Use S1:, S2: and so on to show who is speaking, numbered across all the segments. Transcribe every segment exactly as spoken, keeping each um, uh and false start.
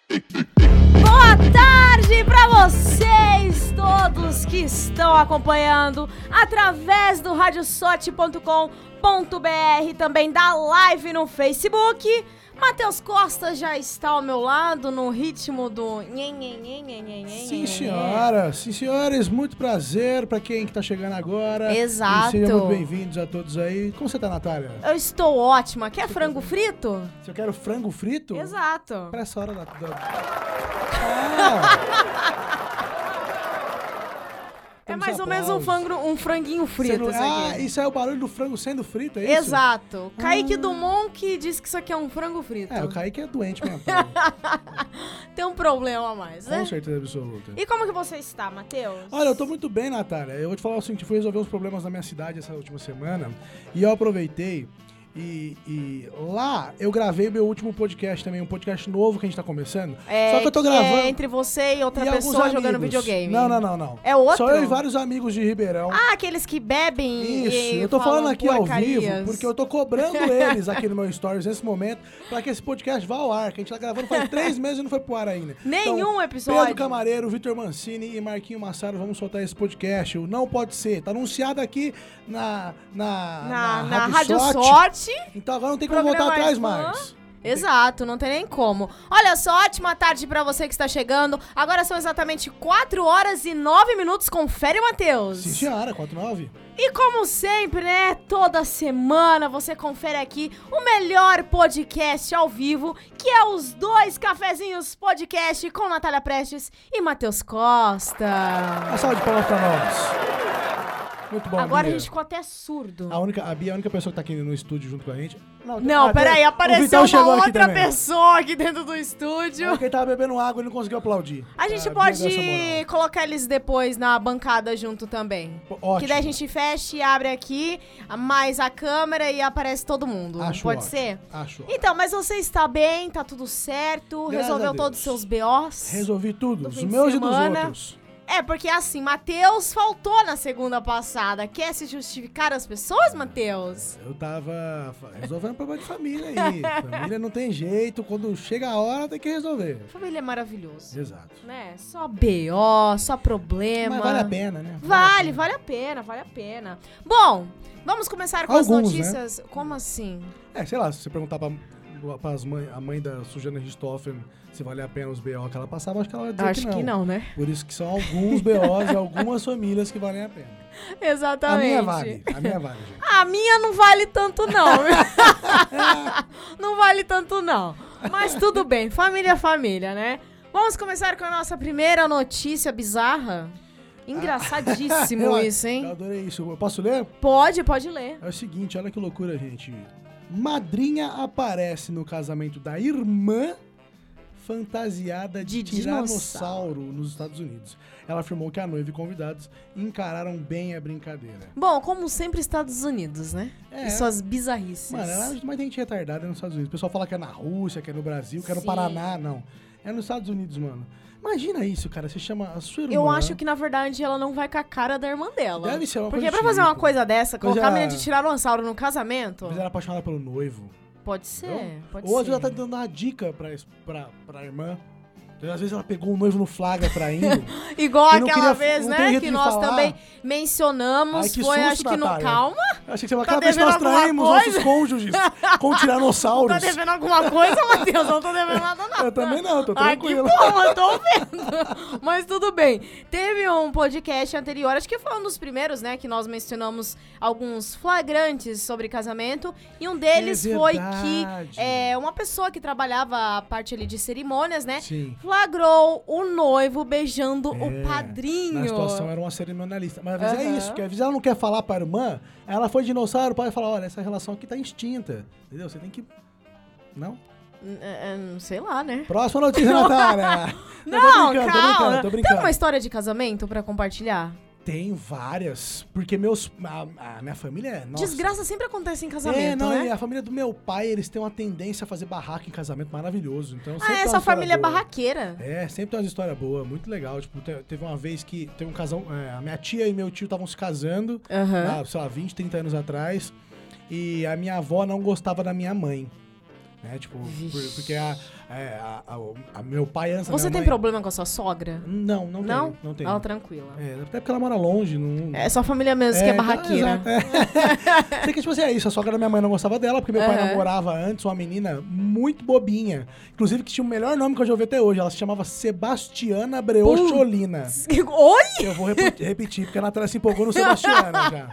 S1: Boa tarde para vocês todos que estão acompanhando através do radiosorte ponto com ponto b r, também da live no Facebook. Matheus Costa já está ao meu lado no ritmo do...
S2: Sim, senhora. Sim, senhores. Muito prazer para quem está chegando agora.
S1: Exato.
S2: E sejam muito bem-vindos a todos aí. Como você tá, Natália?
S1: Eu estou ótima. Quer frango frito?
S2: Você quer frango frito?
S1: Exato.
S2: Para essa hora da... da... Ah.
S1: É mais ou menos um, frango, um franguinho frito
S2: não...
S1: isso aqui.
S2: Ah, isso é o barulho do frango sendo frito, é isso?
S1: Exato.
S2: Ah.
S1: Kaique Dumont que disse que isso aqui é um frango frito.
S2: É, o Kaique é doente mesmo.
S1: Tem um problema a mais, né?
S2: Com certeza absoluta.
S1: E como que você está, Matheus?
S2: Olha, eu tô muito bem, Natália. Eu vou te falar o seguinte, fui resolver uns problemas na minha cidade essa última semana e eu aproveitei e, e lá eu gravei meu último podcast também, um podcast novo que a gente tá começando.
S1: É,
S2: Só que eu tô
S1: que
S2: gravando...
S1: é entre você e outra
S2: e
S1: pessoa jogando videogame.
S2: Não, não, não, não.
S1: É outro?
S2: Só eu e vários amigos de Ribeirão.
S1: Ah, aqueles que bebem
S2: Isso,
S1: e
S2: eu tô falando aqui
S1: porcarias.
S2: ao vivo, porque eu tô cobrando eles aqui no meu Stories nesse momento, pra que esse podcast vá ao ar, que a gente tá gravando faz três meses e não foi pro ar ainda.
S1: Nenhum
S2: então,
S1: episódio.
S2: Pedro Camareiro, Vitor Mancini e Marquinho Massaro, vamos soltar esse podcast. O Não Pode Ser, tá anunciado aqui na... Na,
S1: na,
S2: na,
S1: na
S2: Rádio
S1: Rádio
S2: Sorte.
S1: Sorte.
S2: Então agora não tem como voltar atrás mais.
S1: Exato, não tem nem como. Olha só, ótima tarde pra você que está chegando. Agora são exatamente quatro horas e nove minutos. Confere, Matheus.
S2: Sim, senhora, quatro e nove.
S1: E como sempre, né, toda semana você confere aqui o melhor podcast ao vivo, que é os Dois Cafezinhos Podcast com Natália Prestes e Matheus Costa.
S2: Uma salva de palmas pra nós. Muito bom,
S1: Agora
S2: Bia.
S1: a gente ficou até surdo.
S2: A, única, a Bia é a única pessoa que tá aqui no estúdio junto com a gente.
S1: Não, não
S2: ah,
S1: peraí,
S2: tem,
S1: apareceu uma outra pessoa aqui dentro do estúdio.
S2: É que ele tava bebendo água e não conseguiu aplaudir.
S1: A gente
S2: ah,
S1: pode colocar eles depois na bancada junto também.
S2: Ótimo.
S1: Que daí a gente fecha e abre aqui, mais a câmera e aparece todo mundo.
S2: Acho
S1: Pode
S2: ótimo.
S1: ser?
S2: Acho.
S1: Então, mas você está bem, tá tudo certo,
S2: Graças
S1: resolveu todos os seus B Os?
S2: Resolvi tudo,
S1: do
S2: os
S1: fim de
S2: meus e dos
S1: semana.
S2: outros.
S1: É, porque assim, Matheus faltou na segunda passada. Quer se justificar as pessoas, Matheus?
S2: Eu tava resolvendo problema de família aí. Família não tem jeito, quando chega a hora tem que resolver.
S1: Família é maravilhoso.
S2: Exato.
S1: Né? Só B O, só problema.
S2: Mas vale a pena, né?
S1: Vale, vale a pena, vale a pena. Bom, vamos começar com
S2: Alguns,
S1: as notícias.
S2: Né?
S1: Como assim?
S2: É, sei lá, se você perguntar pra, pra as mãe, a mãe da Sujana Richthofen se vale a pena os B O que ela passava, acho que ela vai dizer
S1: acho
S2: que não.
S1: que não, né?
S2: Por isso que são alguns B Os e algumas famílias que valem a pena.
S1: Exatamente.
S2: A minha vale, a minha vale, gente.
S1: A minha não vale tanto, não. Não vale tanto, não. Mas tudo bem, família é família, né? Vamos começar com a nossa primeira notícia bizarra. Engraçadíssimo
S2: eu,
S1: isso, hein?
S2: Eu adorei isso. Eu posso ler?
S1: Pode, pode ler.
S2: É o seguinte, olha que loucura, gente. Madrinha aparece no casamento da irmã fantasiada de,
S1: De
S2: tiranossauro
S1: dinossauro.
S2: nos Estados Unidos. Ela afirmou que a noiva e convidados encararam bem a brincadeira.
S1: Bom, como sempre, Estados Unidos, né?
S2: É.
S1: E suas bizarrices.
S2: Mano, ela, mas tem gente retardada nos Estados Unidos. O pessoal fala que é na Rússia, que é no Brasil, que é no
S1: Sim.
S2: Paraná. Não. É nos Estados Unidos, mano. Imagina isso, cara. Você chama a sua irmã.
S1: Eu acho que, na verdade, ela não vai com a cara da irmã dela.
S2: Deve ser uma
S1: Porque
S2: coisa
S1: pra fazer uma
S2: ridícula.
S1: coisa dessa,
S2: Pois
S1: colocar a
S2: é.
S1: menina de tiranossauro no casamento,
S2: Mas ela é apaixonada pelo noivo.
S1: pode ser,
S2: Entendeu?
S1: pode
S2: Ou às
S1: ser.
S2: vezes ela tá tentando dar uma dica pra, pra, pra irmã. Então, às vezes ela pegou um noivo no flagra traindo.
S1: Igual
S2: E não
S1: aquela
S2: queria-
S1: vez,
S2: não tem
S1: né,
S2: jeito
S1: que
S2: de
S1: nós
S2: falar.
S1: também mencionamos,
S2: Ai, que
S1: foi
S2: susto,
S1: acho que no
S2: Natália.
S1: Calma.
S2: Eu achei que você vai
S1: Tá
S2: aquela vez que nós
S1: devendo alguma
S2: traímos
S1: coisa?
S2: nossos cônjuges com
S1: Tá
S2: tiranossauros.
S1: devendo alguma coisa, Matheus? Não tô devendo nada, não.
S2: Eu também não, tô
S1: Ai, que
S2: tranquilo.
S1: bom, eu tô vendo. Mas tudo bem. Teve um podcast anterior, acho que foi um dos primeiros, né, que nós mencionamos alguns flagrantes sobre casamento. E um deles
S2: É
S1: foi
S2: verdade.
S1: que é, uma pessoa que trabalhava a parte ali de cerimônias, né,
S2: Sim.
S1: flagrou o noivo beijando
S2: É,
S1: o padrinho.
S2: Na situação era uma cerimonialista. Mas às vezes é
S1: Aham.
S2: isso, porque às vezes ela não quer falar pra irmã, ela foi dinossauro, o pai fala, olha, essa relação aqui tá extinta. Entendeu? Você tem que... Não?
S1: N- é, não sei lá, né?
S2: Próxima notícia, Natália.
S1: Não,
S2: tô brincando, tô
S1: calma.
S2: brincando, tô
S1: Tem
S2: brincando.
S1: alguma história de casamento pra compartilhar?
S2: Tem várias, porque meus... A, a minha família é... Nossa.
S1: Desgraça sempre acontece em casamento,
S2: É, não,
S1: né?
S2: e a família do meu pai, eles têm uma tendência a fazer barraco em casamento maravilhoso. Então, sempre
S1: Ah,
S2: tem uma
S1: essa
S2: história
S1: família é
S2: boa.
S1: barraqueira.
S2: É, sempre tem uma história boa, muito legal. Tipo, te- teve uma vez que teve um casal. É, a minha tia e meu tio estavam se casando,
S1: Aham.
S2: há, sei lá, vinte, trinta anos atrás. E a minha avó não gostava da minha mãe. Né? Tipo, por, porque a, é, a, a, a meu pai antes
S1: Você tem
S2: mãe...
S1: problema com a sua sogra?
S2: Não, não,
S1: não
S2: tenho. Não tenho.
S1: Ela tranquila.
S2: É, até porque ela mora longe. Não...
S1: É sua família mesmo é, que é barraqueira.
S2: É. Sei que, tipo assim, é isso. A sogra da minha mãe não gostava dela, porque meu
S1: uhum.
S2: pai namorava antes uma menina muito bobinha. Inclusive, que tinha o melhor nome que eu já ouvi até hoje. Ela se chamava Sebastiana Breocholina.
S1: Oi?
S2: Eu vou rep- repetir, porque a Natália se empolgou no Sebastiana já.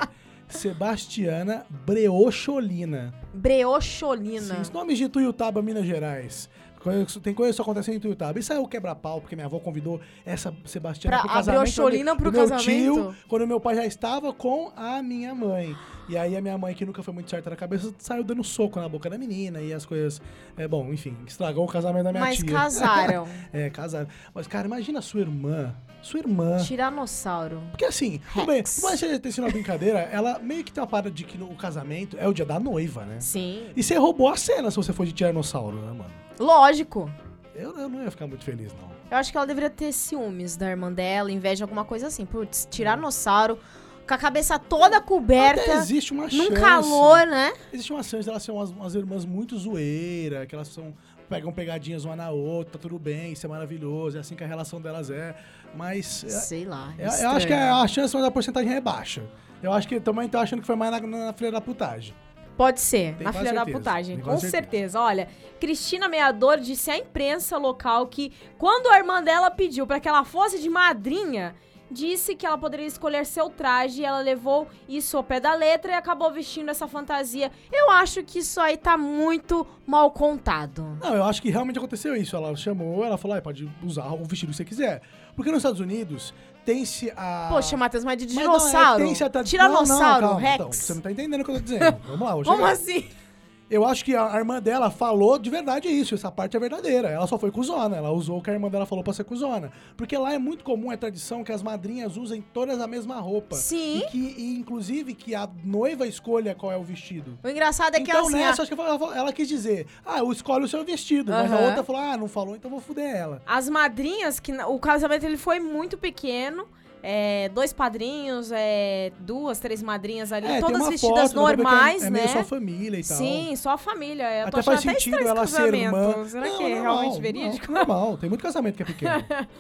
S2: Sebastiana Breocholina.
S1: Breocholina.
S2: Sim, nomes de Tuiutaba, Minas Gerais. Tem coisa que só acontece em Tuiutaba. Isso é o quebra-pau, porque minha avó convidou essa Sebastiana
S1: pra
S2: pro casamento.
S1: A Breocholina pro
S2: do meu
S1: casamento?
S2: Tio, quando meu pai já estava com a minha mãe. E aí a minha mãe, que nunca foi muito certa na cabeça, saiu dando soco na boca da menina e as coisas... É bom, enfim, estragou o casamento da minha
S1: Mas
S2: tia.
S1: Mas casaram.
S2: É, casaram. Mas, cara, imagina a sua irmã... Sua irmã.
S1: Tiranossauro.
S2: Porque assim, tudo bem, por mais que você tenha sido uma brincadeira, ela meio que tem uma parada de que no, o casamento é o dia da noiva, né?
S1: Sim.
S2: E você roubou a cena se você for de tiranossauro, né, mano?
S1: Lógico.
S2: Eu, eu não ia ficar muito feliz, não.
S1: Eu acho que ela deveria ter ciúmes da irmã dela, inveja, alguma coisa assim. Putz, tiranossauro, com a cabeça toda coberta.
S2: Até existe uma chance.
S1: Num calor, né?
S2: Existe uma chance delas serem umas, umas irmãs muito zoeiras, que elas são... Pegam pegadinhas uma na outra, tá tudo bem, isso é maravilhoso, é assim que a relação delas é. Mas...
S1: Sei lá.
S2: Eu, eu acho que a chance, mas a porcentagem é baixa. Eu acho que também tô achando que foi mais na, na filha da putagem.
S1: Pode ser,
S2: Tem
S1: na filha
S2: certeza.
S1: da putagem,
S2: Tem
S1: com
S2: certeza.
S1: certeza. Olha, Cristina Meador disse à imprensa local que quando a irmã dela pediu pra que ela fosse de madrinha, disse que ela poderia escolher seu traje e ela levou isso ao pé da letra e acabou vestindo essa fantasia. Eu acho que isso aí tá muito mal contado.
S2: Não, eu acho que realmente aconteceu isso. Ela chamou, ela falou, ah, pode usar o vestido que você quiser. Porque nos Estados Unidos tem-se a...
S1: Poxa, Matheus, mas de
S2: Mas não, é,
S1: dinossauro?
S2: tem-se a tra-
S1: Tiranossauro,
S2: não, não, calma,
S1: Rex?
S2: Então, você não tá entendendo o que eu tô dizendo. Vamos lá, vou
S1: Como
S2: chegar.
S1: assim?
S2: Eu acho que a, a irmã dela falou de verdade isso, essa parte é verdadeira. Ela só foi cuzona, ela usou o que a irmã dela falou pra ser cuzona. Porque lá é muito comum, é tradição que as madrinhas usem todas a mesma roupa.
S1: Sim.
S2: E que, e, inclusive, que a noiva escolha qual é o vestido.
S1: O engraçado é que
S2: Então,
S1: assim...
S2: nessa,
S1: a-
S2: acho que ela, ela quis dizer, ah, eu escolho o seu vestido. Mas a
S1: Aham.
S2: outra falou, ah, não falou, então vou fuder ela.
S1: As madrinhas, que na- o casamento ele foi muito pequeno, é, dois padrinhos, é, duas, três madrinhas ali,
S2: É, tem
S1: todas
S2: uma
S1: vestidas
S2: foto, dá pra ver que
S1: normais,
S2: é, é
S1: né?
S2: meio só família e tal.
S1: Sim, só a família. Eu tô
S2: Até faz
S1: achando até
S2: sentido
S1: estranho
S2: ela
S1: esse
S2: ser
S1: casamento.
S2: irmã.
S1: Será
S2: Não,
S1: que é
S2: normal,
S1: realmente verídico?
S2: Não, normal, tem muito casamento que é pequeno.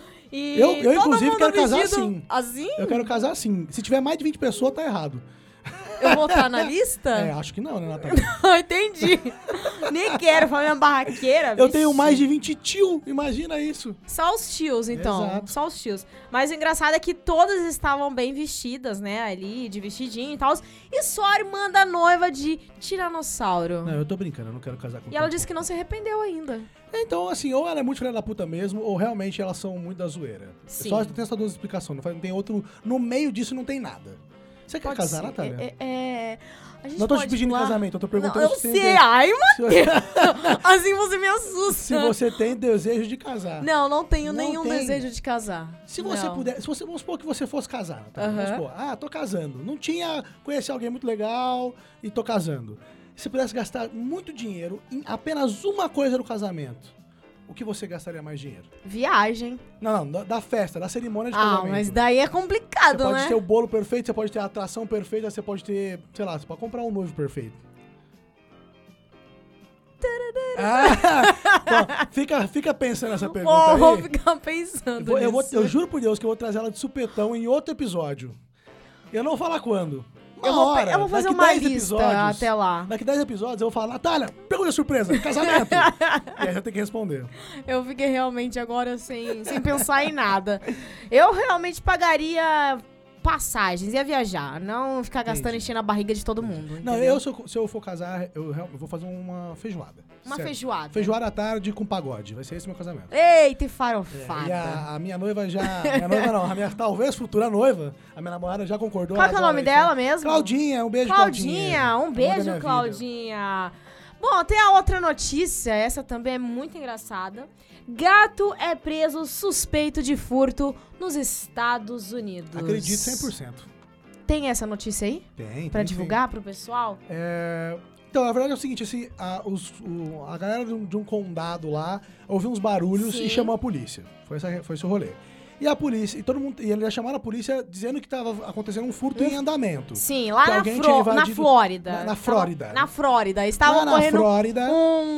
S1: E
S2: Eu- eu,
S1: todo
S2: inclusive,
S1: mundo
S2: quero casar
S1: vestido
S2: assim.
S1: Assim?
S2: Eu quero casar assim. Se tiver mais de vinte pessoas, tá errado.
S1: Eu vou estar na lista?
S2: É, acho que não, né, Natália?
S1: Entendi. Nem quero, falar minha barraqueira.
S2: Eu
S1: vixe.
S2: tenho mais de vinte tio, imagina isso.
S1: Só os tios, então.
S2: Exato.
S1: Só os tios. Mas o engraçado é que todas estavam bem vestidas, né? Ali, de vestidinho e tal. E só a irmã da noiva de tiranossauro.
S2: Não, eu tô brincando, eu não quero casar com
S1: E ela
S2: tanto.
S1: disse que não se arrependeu ainda.
S2: Então, assim, ou ela é muito filha da puta mesmo, ou realmente elas são muito da zoeira.
S1: Sim.
S2: Só tem essas duas explicações, não faz- não tem outro... No meio disso não tem nada. Você quer
S1: Pode
S2: casar,
S1: ser.
S2: Natália?
S1: É, é, é... A gente
S2: Não tô te
S1: pode
S2: pedindo
S1: pular?
S2: casamento, eu tô perguntando
S1: Não, eu
S2: se tem
S1: sei.
S2: de-
S1: Ai,
S2: Se você-
S1: Matheus. Assim você me assusta.
S2: Se você tem desejo de casar.
S1: Não, não tenho
S2: Não
S1: nenhum
S2: tem.
S1: desejo de casar.
S2: Se você
S1: Não.
S2: puder, se você, vamos supor que você fosse casar, tá?
S1: Aham.
S2: Vamos supor, ah, tô casando. Não tinha, conheci alguém muito legal e tô casando. Se pudesse gastar muito dinheiro em apenas uma coisa no casamento, o que você gastaria mais dinheiro?
S1: Viagem.
S2: Não, não, da, da festa, da cerimônia de
S1: Ah,
S2: casamento.
S1: mas daí é
S2: Você
S1: complicado,
S2: pode
S1: né?
S2: ter o bolo perfeito, você pode ter a atração perfeita, você pode ter, sei lá, você pode comprar um noivo perfeito. Ah, então, fica, fica pensando nessa pergunta
S1: Oh,
S2: aí.
S1: vou ficar pensando
S2: Eu, vou- eu, vou-
S1: nisso.
S2: eu juro por Deus que eu vou trazer ela de supetão em outro episódio. Eu não vou falar quando. Uma
S1: Eu vou,
S2: hora,
S1: eu vou fazer
S2: daqui
S1: uma
S2: dez
S1: lista
S2: episódios,
S1: até lá.
S2: Daqui dez episódios eu vou falar, Natália, pergunta surpresa, casamento. E aí já tem que responder.
S1: Eu fiquei realmente agora sem, sem pensar em nada. Eu realmente pagaria passagens, ia viajar, não ficar gastando,
S2: Entendi.
S1: enchendo a barriga de todo mundo.
S2: Não,
S1: entendeu?
S2: eu se, eu se eu for casar, eu, real- eu vou fazer uma feijoada.
S1: Uma
S2: Sério.
S1: feijoada.
S2: Feijoada à tarde com pagode. Vai ser esse meu casamento.
S1: Eita, e
S2: É,
S1: farofada.
S2: e a, a minha noiva já... Minha noiva não, a minha talvez futura noiva, a minha namorada já concordou.
S1: Qual que é o
S2: ela
S1: nome
S2: adora
S1: dela
S2: isso.
S1: mesmo?
S2: Claudinha, um beijo,
S1: Claudinha,
S2: Claudinha.
S1: um
S2: Amor da minha
S1: beijo,
S2: vida.
S1: Claudinha. Bom, tem a outra notícia, essa também é muito engraçada. Gato é preso suspeito de furto nos Estados Unidos.
S2: Acredito cem por cento.
S1: Tem essa notícia aí?
S2: Tem,
S1: Pra
S2: tem sim.
S1: divulgar pro pessoal?
S2: É, Então, na verdade é o seguinte, assim, a, os- o- a galera de um, de um condado lá ouviu uns barulhos
S1: Sim.
S2: e chamou a polícia. Foi, essa, foi esse o rolê. E a polícia, e todo mundo, e eles já chamaram a polícia dizendo que estava acontecendo um furto em andamento.
S1: Sim, lá
S2: Que
S1: na,
S2: alguém
S1: Fro-
S2: tinha
S1: na
S2: invadido-
S1: Flórida.
S2: na- na
S1: Tava-
S2: Flórida.
S1: Na Flórida. Estava
S2: Lá na
S1: ocorrendo
S2: Flórida.
S1: um,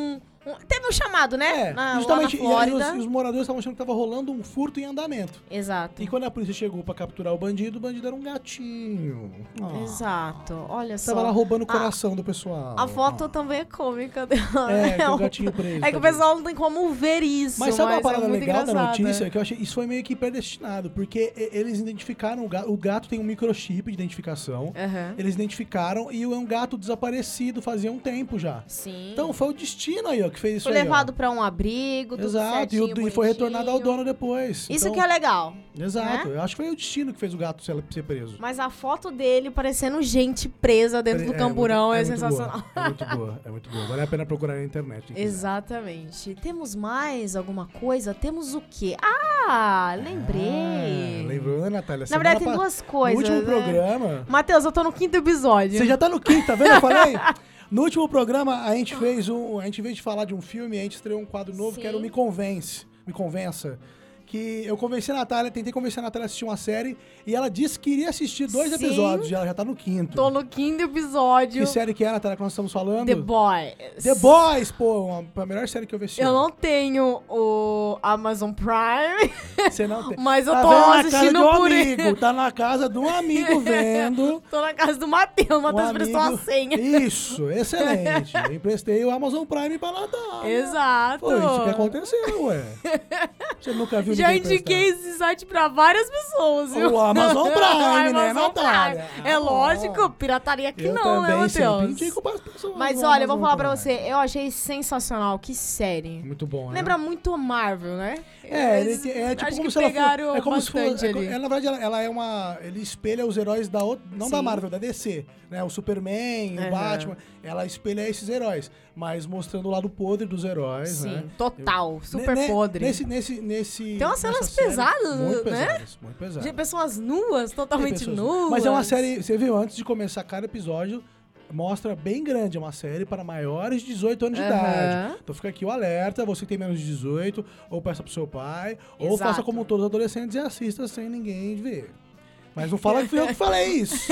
S1: Um, teve um chamado, né?
S2: É,
S1: Na,
S2: justamente.
S1: lá na
S2: E, e, os,
S1: Flórida.
S2: e os moradores estavam achando que tava rolando um furto em andamento.
S1: Exato.
S2: E quando a polícia chegou pra capturar o bandido, o bandido era um gatinho. Ah.
S1: Exato. Olha só.
S2: Tava lá roubando o coração do pessoal.
S1: A foto
S2: Ah.
S1: também é cômica dela.
S2: É, tem
S1: um-
S2: o gatinho preso.
S1: É que o
S2: tadinho.
S1: pessoal não tem como ver isso.
S2: Mas sabe uma parada
S1: é muito
S2: legal da
S1: engraçado.
S2: notícia? Que eu achei, isso foi meio que predestinado, porque e- eles identificaram o gato, o gato tem um microchip de identificação,
S1: Aham.
S2: eles identificaram e é um gato desaparecido fazia um tempo já.
S1: Sim.
S2: Então foi o destino aí, ó, que fez isso
S1: foi
S2: aí, ó.
S1: levado pra um abrigo, tudo
S2: Exato, e,
S1: certinho,
S2: o- e foi retornado ao
S1: bonitinho.
S2: dono depois.
S1: Isso
S2: Então,
S1: que é legal.
S2: Exato,
S1: né?
S2: eu acho que foi o destino que fez o gato ser, ser preso.
S1: Mas a foto dele parecendo gente presa dentro do
S2: É,
S1: camburão é,
S2: muito- muito
S1: sensacional.
S2: boa, é muito boa, é muito boa. Vale a pena procurar na internet. quem quiser.
S1: Exatamente. Temos mais alguma coisa? Temos o quê? Ah, lembrei.
S2: Ah, lembrou, né, Natália?
S1: Na
S2: Semana
S1: verdade, tem
S2: pa-
S1: duas coisas.
S2: No último
S1: né?
S2: programa...
S1: Matheus, eu tô no quinto episódio.
S2: Você já tá no quinto, tá vendo? Eu falei? No último programa, a gente fez um... A gente, em vez de falar de um filme, a gente estreou um quadro novo
S1: Sim.
S2: que era o Me Convence. Me Convença. Que eu convenci a Natália, tentei convencer a Natália a assistir uma série e ela disse que iria assistir dois
S1: Sim.
S2: episódios e ela já tá no quinto.
S1: Tô no quinto episódio.
S2: Que série que é, Natália, que nós estamos falando?
S1: The Boys.
S2: The Boys, pô, uma, a melhor série que eu vi esse
S1: Eu
S2: ano.
S1: não tenho o Amazon Prime,
S2: Você não tem.
S1: mas eu
S2: Tá
S1: tô
S2: vendo na casa
S1: assistindo
S2: de um
S1: por
S2: amigo, tá na casa de um amigo vendo.
S1: Tô na casa do Matheus. O Matheus
S2: um
S1: prestou a
S2: amigo-
S1: senha.
S2: Isso, excelente. Eu emprestei o Amazon Prime pra Natália.
S1: Exato.
S2: Foi isso que aconteceu, ué. Você nunca viu
S1: Já
S2: ninguém
S1: indiquei esse site pra várias pessoas, viu?
S2: O Amazon Prime, né,
S1: Amazon
S2: Natália?
S1: Prime. É
S2: Ah,
S1: lógico, pirataria aqui
S2: Eu
S1: não, né,
S2: também sempre
S1: Matheus?
S2: indico pras pessoas.
S1: Mas
S2: o
S1: olha, eu vou
S2: Amazon
S1: falar pra
S2: Prime.
S1: você, eu achei sensacional, que série.
S2: Muito bom, né?
S1: Lembra muito Marvel, né?
S2: É, ele
S1: Eles-
S2: tem- é tipo
S1: acho
S2: como
S1: que
S2: se ela
S1: pegaram
S2: fosse, é como se
S1: bastante
S2: fosse, é co-
S1: ali.
S2: é, na verdade ela, ela é uma, ele espelha os heróis da outra, não da
S1: Sim.
S2: Marvel, da D C, né? O Superman,
S1: Aham.
S2: o Batman, ela espelha esses heróis, mas mostrando o lado podre dos heróis,
S1: Sim,
S2: né?
S1: total, super
S2: Ne- ne-
S1: podre.
S2: Nesse, nesse, nesse,
S1: Tem umas cenas
S2: nessa série,
S1: pesadas,
S2: muito
S1: né?
S2: pesadas, muito pesadas.
S1: De pessoas nuas,
S2: Tem
S1: totalmente
S2: pessoas-
S1: nuas.
S2: Mas é uma série, você viu, antes de começar cada episódio, mostra bem grande, é uma série para maiores de dezoito anos de
S1: Aham.
S2: idade. Então fica aqui o alerta, você que tem menos de dezoito, ou peça pro seu pai, ou
S1: Exato.
S2: faça como todos os adolescentes e assista sem ninguém ver. Mas não fala que fui eu que falei isso.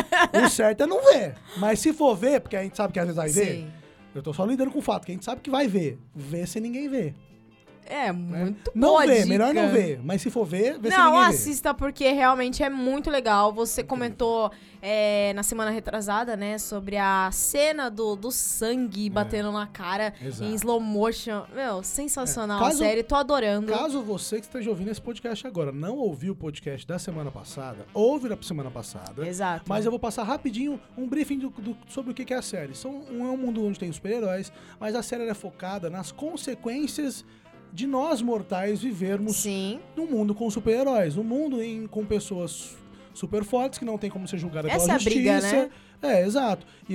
S2: O certo é não ver. Mas se for ver, porque a gente sabe que às vezes vai ver,
S1: Sim.
S2: eu tô só lidando com o fato, que a gente sabe que vai ver. Ver sem ninguém ver.
S1: É,
S2: Né?
S1: muito
S2: Não
S1: boa
S2: ver,
S1: dica.
S2: melhor não ver. Mas se for ver, vê sem
S1: Não,
S2: ninguém ver.
S1: assista porque realmente é muito legal. Você comentou é, na semana retrasada, né, sobre a cena do, do sangue batendo na cara
S2: Exato.
S1: em slow motion. Meu, sensacional
S2: É. Caso-
S1: a série, tô adorando.
S2: Caso você que esteja ouvindo esse podcast agora não ouviu o podcast da semana passada, ouve na semana passada.
S1: Exato.
S2: Mas eu vou passar rapidinho um briefing do- do- sobre o que que é a série. São, um, é um mundo onde tem super-heróis, mas a série é focada nas consequências de nós mortais vivermos
S1: Sim.
S2: num mundo com super-heróis. Um mundo em, com pessoas super fortes que não tem como ser julgada
S1: Essa
S2: pela
S1: é a briga,
S2: justiça.
S1: né?
S2: É, exato. E,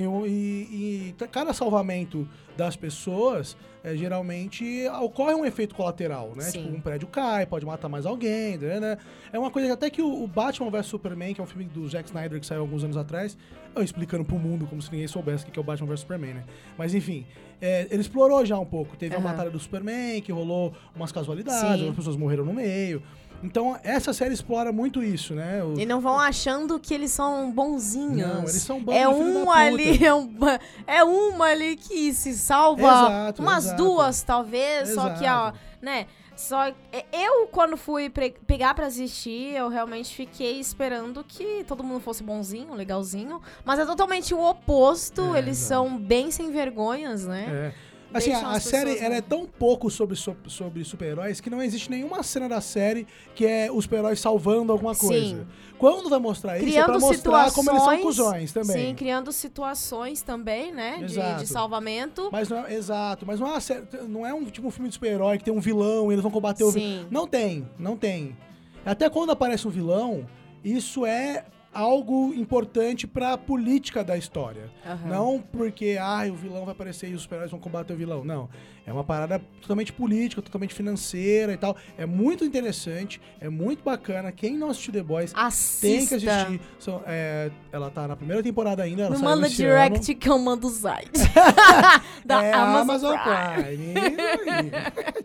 S2: e- e t- cada salvamento das pessoas, é, geralmente, ocorre um efeito colateral, né?
S1: Sim.
S2: Tipo, um prédio cai, pode matar mais alguém, né? É uma coisa que até que o, o Batman versus Superman, que é um filme do Zack Snyder que saiu alguns anos atrás, eu explicando pro mundo como se ninguém soubesse o que é o Batman versus Superman, né? Mas enfim, é, ele explorou já um pouco. Teve
S1: Aham.
S2: a batalha do Superman, que rolou umas casualidades,
S1: Sim.
S2: algumas pessoas morreram no meio. Então, essa série explora muito isso, né? O-
S1: E não vão achando que eles são bonzinhos.
S2: Não, eles são bons
S1: É
S2: de filho da
S1: um
S2: puta.
S1: ali, é, um, é uma ali que se salva.
S2: Exato,
S1: umas
S2: exato.
S1: duas, talvez. Só que, ó,
S2: Exato.
S1: né? Só é, eu, quando fui pre- pegar pra assistir, eu realmente fiquei esperando que todo mundo fosse bonzinho, legalzinho. Mas é totalmente o oposto.
S2: É,
S1: eles
S2: exato.
S1: são bem sem vergonhas, né?
S2: É. Assim,
S1: Deixam
S2: a, a
S1: as
S2: série
S1: pessoas,
S2: ela
S1: né?
S2: é tão pouco sobre, so- sobre super-heróis que não existe nenhuma cena da série que é os super-heróis salvando alguma coisa.
S1: Sim.
S2: Quando vai mostrar isso, é
S1: Criando
S2: pra mostrar
S1: situações,
S2: como eles são cuzões também.
S1: Sim, criando situações também, né? De,
S2: Exato.
S1: de salvamento.
S2: Mas não é, exato, mas não é, uma série, não é um tipo um filme de super-herói que tem um vilão e eles vão combater o
S1: Sim.
S2: vilão. Não tem, não tem. Até quando aparece um vilão, isso é algo importante pra política da história.
S1: Aham.
S2: Não porque, ah, o vilão vai aparecer e os super-heróis vão combater o vilão. Não. É uma parada totalmente política, totalmente financeira e tal. É muito interessante, é muito bacana. Quem não assistiu The Boys
S1: Assista.
S2: tem que assistir. São, é, ela tá na primeira temporada ainda. Ela
S1: Me
S2: saiu
S1: manda
S2: esse
S1: direct que eu mando o site.
S2: ano.
S1: da
S2: é a
S1: Amazon
S2: Amazon
S1: Prime.
S2: Prime.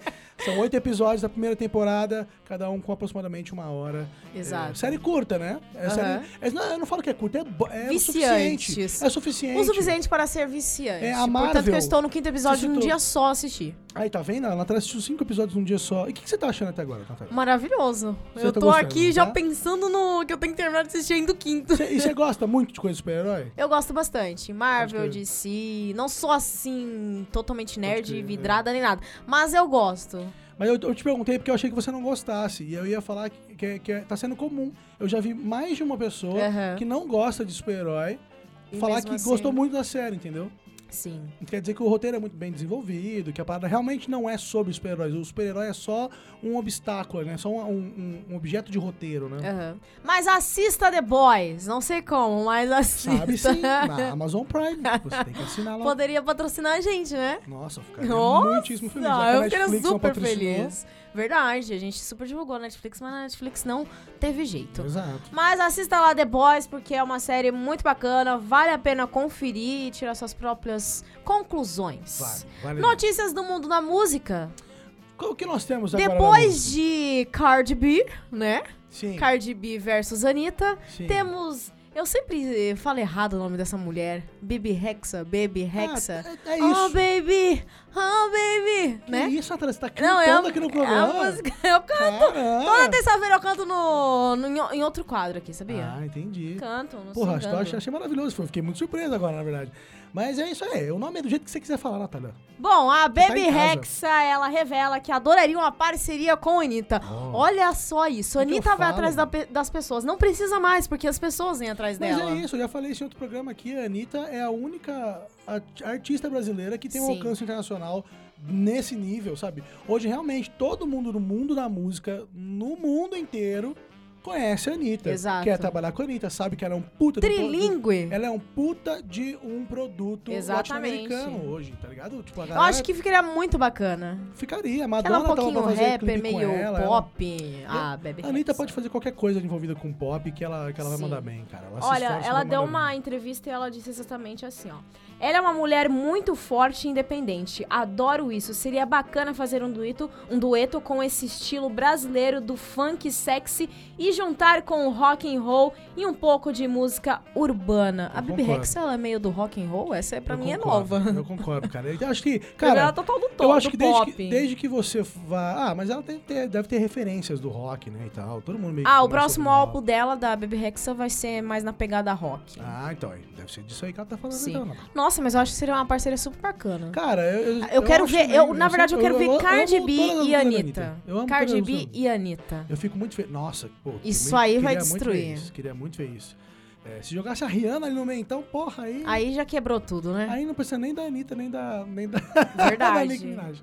S2: São oito episódios da primeira temporada, cada um com aproximadamente uma hora.
S1: Exato.
S2: É, série curta, né? É
S1: Uhum.
S2: série, é, não, eu não falo que é curta, é, bo- é o
S1: Viciantes.
S2: suficiente. É suficiente.
S1: O suficiente para ser viciante.
S2: É, a
S1: Portanto
S2: Marvel-
S1: que eu estou no quinto episódio
S2: Você
S1: num
S2: citou-
S1: dia só assistir.
S2: Aí, tá vendo? Ela assistiu cinco episódios num dia só. E o que, que você tá achando até agora, Natália?
S1: Maravilhoso.
S2: Você
S1: eu
S2: tá
S1: tô
S2: gostando,
S1: aqui
S2: tá?
S1: já pensando no que eu tenho que terminar de assistir ainda o quinto.
S2: Cê- e você gosta muito de coisa de super-herói?
S1: Eu gosto bastante. Marvel,
S2: Pode crer.
S1: D C. Não sou assim, totalmente nerd,
S2: crer, é.
S1: vidrada nem nada. Mas eu gosto.
S2: Mas eu, eu te perguntei porque eu achei que você não gostasse. E eu ia falar que, que, que tá sendo comum. Eu já vi mais de uma pessoa
S1: Aham.
S2: que não gosta de super-herói
S1: E
S2: falar
S1: mesmo
S2: que
S1: assim-
S2: gostou muito da série, entendeu?
S1: Sim.
S2: Quer dizer que o roteiro é muito bem desenvolvido, que a parada realmente não é sobre super-heróis. O super-herói é só um obstáculo, né? Só um, um, um objeto de roteiro, né?
S1: Aham. Mas assista The Boys. Não sei como, mas assista.
S2: Sabe sim, na Amazon Prime. Você tem que assinar lá.
S1: Poderia patrocinar a gente, né?
S2: Nossa, eu ficaria
S1: Nossa,
S2: muitíssimo feliz. Já que a
S1: eu ficaria
S2: Netflix não
S1: super
S2: patrocinou.
S1: feliz. Verdade, a gente super divulgou a Netflix, mas a Netflix não teve jeito.
S2: Exato.
S1: Mas assista lá The Boys, porque é uma série muito bacana, vale a pena conferir e tirar suas próprias conclusões.
S2: Vale, vale.
S1: Notícias do mundo da música.
S2: O que nós temos agora? na
S1: Depois
S2: música?
S1: de Cardi B, né?
S2: Sim,
S1: Cardi B versus Anitta,
S2: sim.
S1: temos... Eu sempre falo errado o nome dessa mulher. Baby Rexa, Baby Rexa.
S2: Ah, é, é
S1: Oh,
S2: isso.
S1: baby, oh, baby,
S2: Que
S1: né?
S2: isso, Natália? Você tá
S1: Não,
S2: cantando
S1: é a,
S2: aqui no
S1: é a
S2: programa?
S1: música. Eu canto.
S2: Caramba.
S1: Toda terça-feira eu canto no, no- em outro quadro aqui, sabia?
S2: Ah, entendi.
S1: Canto, não
S2: Porra,
S1: sei.
S2: eu achei, achei maravilhoso. Fiquei muito surpreso agora, na verdade. Mas é isso aí. O nome é do jeito que você quiser falar, Natália.
S1: Bom, a
S2: tá
S1: Baby
S2: em casa.
S1: Rexa, ela revela que adoraria uma parceria com a Anitta.
S2: Oh.
S1: Olha só isso. A
S2: O que eu
S1: Anitta vai
S2: falo?
S1: atrás da pe- das pessoas. Não precisa mais, porque as pessoas vêm atrás
S2: Mas
S1: dela.
S2: é isso, eu já falei isso em outro programa aqui. A Anitta é a única a- artista brasileira que tem um
S1: Sim.
S2: alcance internacional nesse nível, sabe? Hoje, realmente, todo mundo no mundo da música, no mundo inteiro, conhece a Anitta.
S1: Exato.
S2: Quer trabalhar com a Anitta, sabe que ela é um puta... de um produto-
S1: Trilingue.
S2: Ela é um puta de um produto
S1: Exatamente.
S2: latino-americano hoje, tá ligado? Tipo, a
S1: Eu
S2: galera
S1: acho que ficaria muito bacana.
S2: ficaria. A
S1: Ela é
S2: Madonna
S1: um
S2: tava
S1: pouquinho
S2: pra fazer
S1: rapper,
S2: clipe com
S1: meio
S2: ela, ela-
S1: pop. Ah, Baby
S2: A Anitta
S1: Rexa.
S2: pode fazer qualquer coisa envolvida com pop que ela, que ela vai
S1: Sim.
S2: mandar bem, cara. Ela se
S1: Olha,
S2: esforça
S1: ela
S2: pra
S1: deu
S2: mandar
S1: uma
S2: bem.
S1: entrevista e ela disse exatamente assim, ó. Ela é uma mulher muito forte e independente. Adoro isso. Seria bacana fazer um dueto, um dueto com esse estilo brasileiro do funk sexy e juntar com o rock and roll e um pouco de música urbana.
S2: Eu
S1: a Baby
S2: concordo.
S1: Rexa, ela é meio do rock and roll? Essa é pra
S2: Eu
S1: mim
S2: concordo,
S1: é nova.
S2: Eu concordo, cara. Eu acho que,
S1: Ela
S2: cara,
S1: total do
S2: eu
S1: top,
S2: acho
S1: do
S2: que desde,
S1: pop.
S2: que desde que você vá... Ah, mas ela tem, ter- deve ter referências do rock, né, e tal. Todo mundo meio que
S1: Ah, o
S2: começa
S1: próximo
S2: ouvindo
S1: álbum
S2: rock.
S1: dela, da Baby Rexa, vai ser mais na pegada rock.
S2: Ah, então, aí, deve ser disso aí que ela tá falando,
S1: Sim.
S2: então. Não.
S1: Nossa, mas eu acho que seria uma parceria super bacana.
S2: Cara, eu...
S1: Eu quero
S2: acho
S1: ver,
S2: também,
S1: eu, na verdade, eu
S2: sempre-
S1: quero ver
S2: amo
S1: Cardi B
S2: todas as
S1: e
S2: músicas da
S1: Anitta.
S2: Eu amo
S1: Cardi
S2: todas as
S1: B
S2: músicas.
S1: e Anitta.
S2: Eu fico muito feliz. Nossa, pô.
S1: Isso
S2: queria-
S1: aí vai
S2: queria muito
S1: destruir.
S2: ver isso, Queria muito ver isso. É, se jogasse a Rihanna ali no meio, então, porra, aí...
S1: Aí já quebrou tudo, né?
S2: Aí não precisa nem da Anitta, nem da... Nem da
S1: Verdade.
S2: da Nicki Minaj.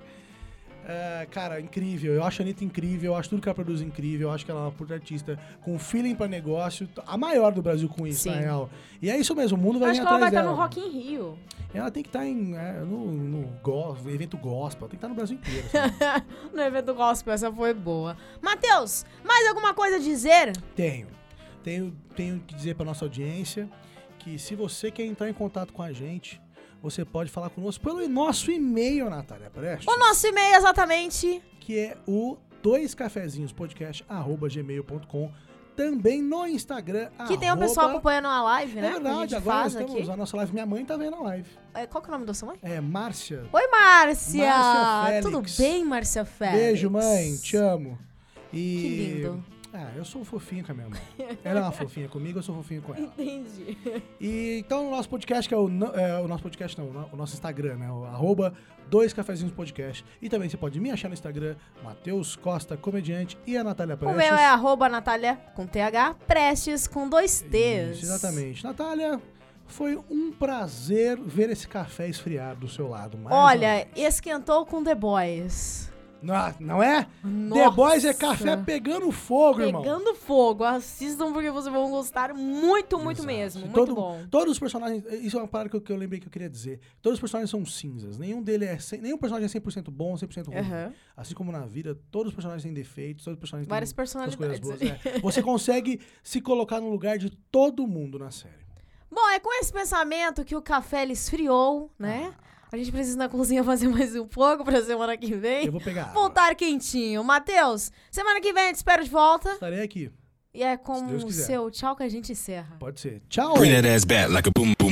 S2: É, cara, incrível. Eu acho a Anitta incrível, eu acho tudo que ela produz incrível, eu acho que ela é uma puta artista com feeling pra negócio, a maior do Brasil com isso,
S1: Sim.
S2: na real. E é isso mesmo, o mundo vai
S1: Acho
S2: vir
S1: que ela vai
S2: atrás
S1: estar
S2: dela.
S1: no Rock in Rio.
S2: Ela tem que estar em, é, no, no go- evento gospel, tem que estar no Brasil inteiro. assim.
S1: No evento gospel, essa foi boa. Matheus, mais alguma coisa a dizer?
S2: Tenho. Tenho, tenho que dizer pra nossa audiência que se você quer entrar em contato com a gente, você pode falar conosco pelo nosso e-mail, Natália Prestes.
S1: O nosso e-mail exatamente.
S2: Que é o dois cafezinhos podcast arroba gmail ponto com. Também no Instagram,
S1: Que tem o
S2: arroba-
S1: pessoal acompanhando a live, né?
S2: É
S1: que a
S2: verdade,
S1: gente
S2: agora
S1: faz
S2: estamos,
S1: aqui.
S2: a nossa live, minha mãe tá vendo a live.
S1: É, qual que é o nome da sua mãe?
S2: É, Márcia.
S1: Oi, Márcia!
S2: Márcia Félix.
S1: Tudo bem, Márcia Félix?
S2: Beijo, mãe, te amo. E...
S1: Que lindo.
S2: Ah, eu sou fofinho com a minha mãe. Ela é uma fofinha comigo, eu sou fofinho com ela.
S1: Entendi.
S2: E então o nosso podcast, que é o, no- é, o nosso podcast não, o nosso Instagram, né? O arroba dois cafezinhos podcast. E também você pode me achar no Instagram, Matheus Costa Comediante e a Natália
S1: O
S2: Prestes.
S1: meu é arroba Natália com T H, Prestes com dois T's.
S2: Isso, exatamente. Natália, foi um prazer ver esse café esfriar do seu lado. Mais uma
S1: Olha,
S2: vez.
S1: esquentou com The Boys.
S2: Não, não é? The
S1: Nossa.
S2: Boys é café pegando fogo, irmão.
S1: Pegando fogo. Assistam porque vocês vão gostar muito, muito
S2: Exato.
S1: mesmo.
S2: E
S1: Muito
S2: todo-
S1: bom.
S2: Todos os personagens. Isso é uma parada que eu, que eu lembrei que eu queria dizer. Todos os personagens são cinzas. Nenhum dele é. cem- nenhum personagem é cem por cento bom, cem por cento ruim.
S1: Aham.
S2: Assim como na vida, todos os personagens têm defeitos, todos os personagens
S1: Várias
S2: têm suas coisas
S1: personalidades.
S2: boas. É. Você consegue se colocar no lugar de todo mundo na série.
S1: Bom, é com esse pensamento que o café ele esfriou, né? A gente precisa na cozinha fazer mais um pouco pra semana que vem.
S2: Eu vou pegar água.
S1: Voltar quentinho. Matheus, semana que vem eu te espero de volta.
S2: Estarei aqui.
S1: E é com
S2: Deus
S1: o
S2: quiser.
S1: seu tchau que a gente encerra.
S2: Pode ser. Tchau.
S3: Bring that ass back like a boom boom.